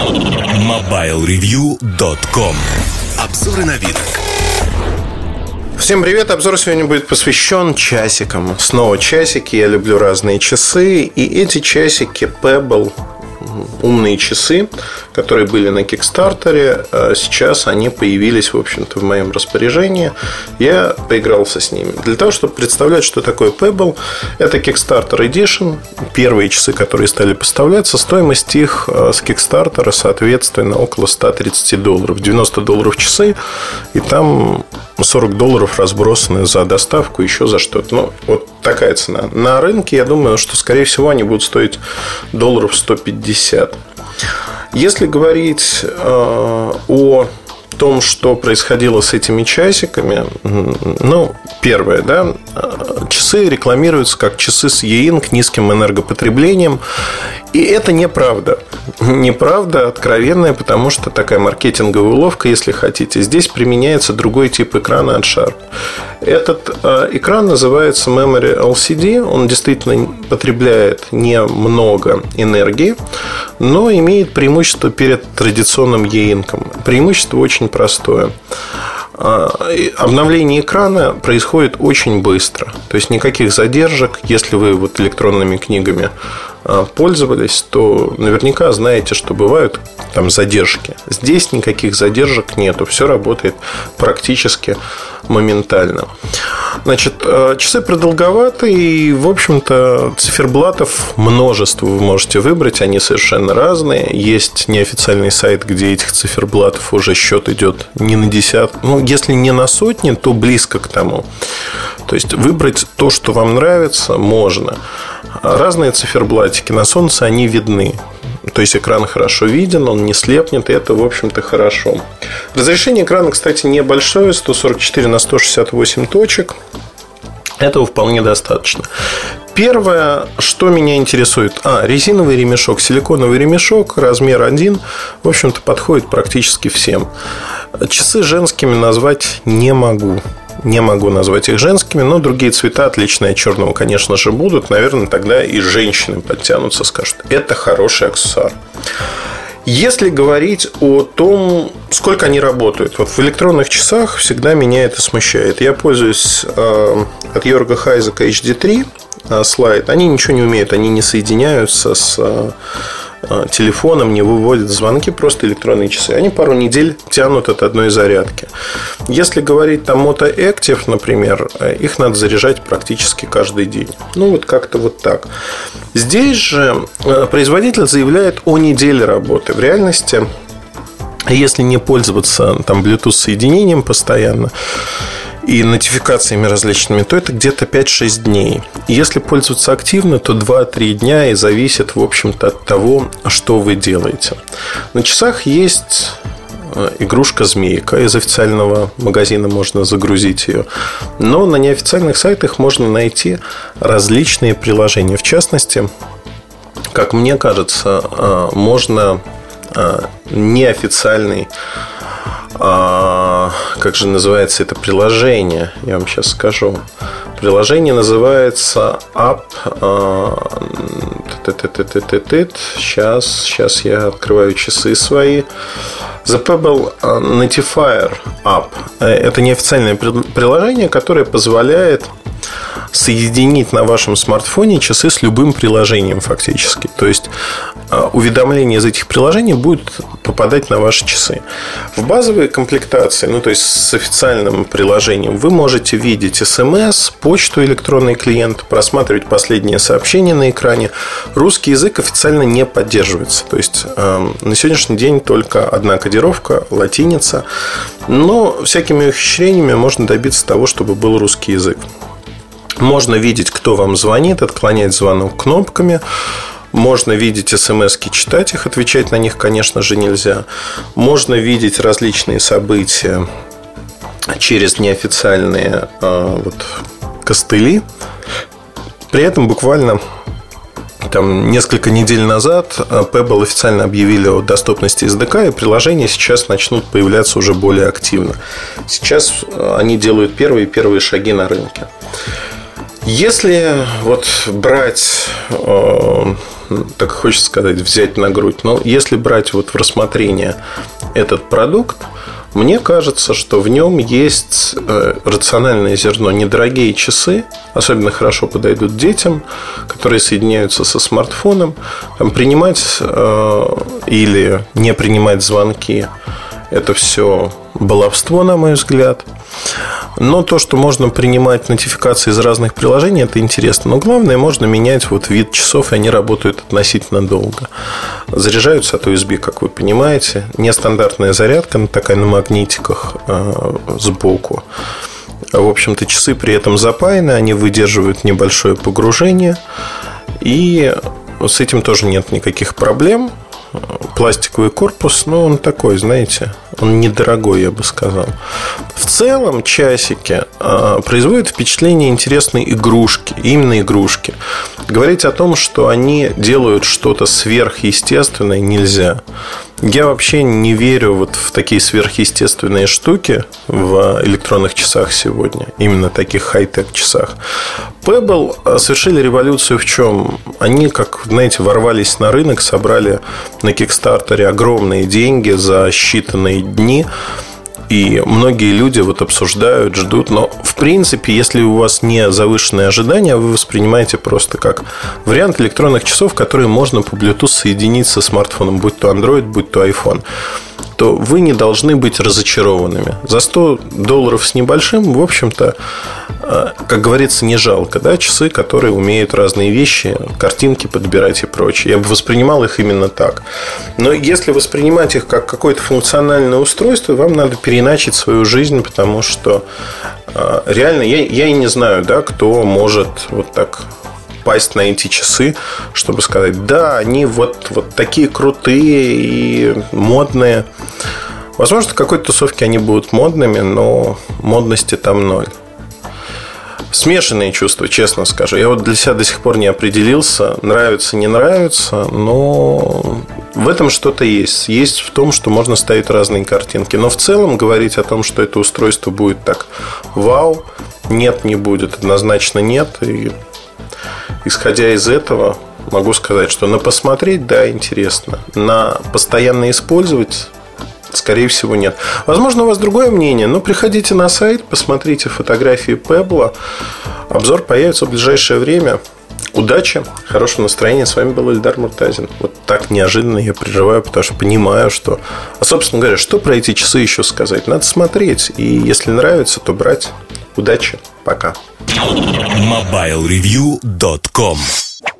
MobileReview.com. Обзоры новинок. Всем привет! Обзор сегодня будет посвящен часикам. Снова часики, я люблю разные часы. И эти часики Pebble, умные часы, которые были на Кикстартере, сейчас они появились, в общем-то, в моем распоряжении. Я поигрался с ними. Для того, чтобы представлять, что такое Pebble, это Kickstarter Edition. Первые часы, которые стали поставляться, стоимость их с Кикстартера, соответственно, около $130. $90 часы, и там $40 разбросаны за доставку, еще за что-то. Ну, вот такая цена. На рынке, я думаю, что, скорее всего, они будут стоить $150. Если говорить о том, что происходило с этими часиками, ну, первое, да, часы рекламируются как часы с E-Ink, низким энергопотреблением. И это неправда. Неправда откровенная, потому что такая маркетинговая уловка, если хотите. Здесь применяется другой тип экрана от Sharp. Этот экран называется Memory LCD. Он действительно потребляет немного энергии, но имеет преимущество перед традиционным E-Ink. Преимущество очень простое. Обновление экрана происходит очень быстро. То есть никаких задержек. Если вы вот электронными книгами пользовались, то наверняка знаете, что бывают там задержки. Здесь никаких задержек нету. Все работает практически моментально. Значит, часы продолговатые. И, в общем-то, циферблатов множество вы можете выбрать. Они совершенно разные. Есть неофициальный сайт, где этих циферблатов уже счет идет не на десятки. Ну, если не на сотни, то близко к тому. То есть выбрать то, что вам нравится, можно. Разные циферблатики на солнце, они видны. То есть экран хорошо виден, он не слепнет, и это, в общем-то, хорошо. Разрешение экрана, кстати, небольшое, 144 на 168 точек. Этого вполне достаточно. Первое, что меня интересует, резиновый ремешок, силиконовый ремешок, размер 1, в общем-то, подходит практически всем. Часы женскими назвать не могу. Не могу назвать их женскими, но другие цвета, отличные от черного, конечно же, будут. Наверное, тогда и женщины подтянутся, скажут, это хороший аксессуар. Если говорить о том, сколько они работают, вот в электронных часах всегда меня это смущает. Я пользуюсь от Йорга Хайзека HD3 слайд. Они ничего не умеют, они не соединяются с телефоном, не выводят звонки, просто электронные часы. Они пару недель тянут от одной зарядки. Если говорить там Moto Active, например, их надо заряжать практически каждый день. Ну, вот как-то вот так. Здесь же производитель заявляет о неделе работы. В реальности, если не пользоваться там Bluetooth соединением постоянно и нотификациями различными, то это где-то 5-6 дней. Если пользоваться активно, то 2-3 дня, и зависит, в общем-то, от того, что вы делаете. На часах есть игрушка-змейка. Из официального магазина можно загрузить ее. Но на неофициальных сайтах можно найти различные приложения. В частности, как мне кажется, можно неофициальный, как же называется это приложение? Я вам сейчас скажу. Приложение называется App. Сейчас я открываю часы свои. The Pebble Notifier App. Это неофициальное приложение, которое позволяет соединить на вашем смартфоне часы с любым приложением фактически. То есть уведомления из этих приложений будут попадать на ваши часы. В базовой комплектации, ну то есть с официальным приложением, вы можете видеть смс, почту, электронный клиент, просматривать последние сообщения на экране. Русский язык официально не поддерживается. То есть на сегодняшний день только одна кодировка, латиница. Но всякими ухищрениями можно добиться того, чтобы был русский язык. Можно видеть, кто вам звонит, отклонять звонок кнопками. Можно видеть смс-ки, читать их, отвечать на них, конечно же, нельзя. Можно видеть различные события через неофициальные костыли. При этом буквально там, несколько недель назад Pebble официально объявили о доступности SDK, и приложения сейчас начнут появляться уже более активно. Сейчас они делают первые шаги на рынке. Если вот брать, так хочется сказать, взять на грудь, но если брать вот в рассмотрение этот продукт, мне кажется, что в нем есть рациональное зерно. Недорогие часы особенно хорошо подойдут детям, которые соединяются со смартфоном. Там принимать или не принимать звонки – это все баловство, на мой взгляд. Но то, что можно принимать нотификации из разных приложений, это интересно. Но главное, можно менять вот вид часов, и они работают относительно долго. Заряжаются от USB, как вы понимаете. Нестандартная зарядка, такая на магнитиках сбоку. В общем-то, часы при этом запаяны, они выдерживают небольшое погружение. И с этим тоже нет никаких проблем. Пластиковый корпус, но он такой, знаете, он недорогой, я бы сказал. В целом часики производят впечатление интересной игрушки, именно игрушки. Говорить о том, что они делают что-то сверхъестественное, нельзя. Я вообще не верю вот в такие сверхъестественные штуки в электронных часах сегодня. Именно таких хай-тек часах. Pebble совершили революцию в чем? Они, как, знаете, ворвались на рынок, собрали на Кикстартере огромные деньги за считанные дни. И многие люди вот обсуждают, ждут. Но, в принципе, если у вас не завышенные ожидания, вы воспринимаете просто как вариант электронных часов, которые можно по Bluetooth соединить со смартфоном, будь то Android, будь то iPhone, то вы не должны быть разочарованными. За $100 с небольшим, в общем-то, как говорится, не жалко, да? Часы, которые умеют разные вещи, картинки подбирать и прочее. Я бы воспринимал их именно так. Но если воспринимать их как какое-то функциональное устройство, вам надо переиначить свою жизнь, потому что реально я и не знаю, да, кто может вот так пасть на эти часы, чтобы сказать: да, они вот такие крутые и модные. Возможно, в какой-то тусовке они будут модными, но модности там ноль. Смешанные чувства, честно скажу. Я вот для себя до сих пор не определился, нравится, не нравится, но в этом что-то есть. Есть в том, что можно ставить разные картинки. Но в целом говорить о том, что это устройство будет так вау, нет, не будет. Однозначно нет. И исходя из этого, могу сказать, что на посмотреть, да, интересно. На постоянно использовать, скорее всего, нет. Возможно, у вас другое мнение, но приходите на сайт, посмотрите фотографии Pebble. Обзор появится в ближайшее время. Удачи, хорошего настроения. С вами был Эльдар Муртазин. Вот так неожиданно я прерываю, потому что понимаю, что... А, собственно говоря, что про эти часы еще сказать? Надо смотреть. И если нравится, то брать. Удачи. Пока. MobileReview.com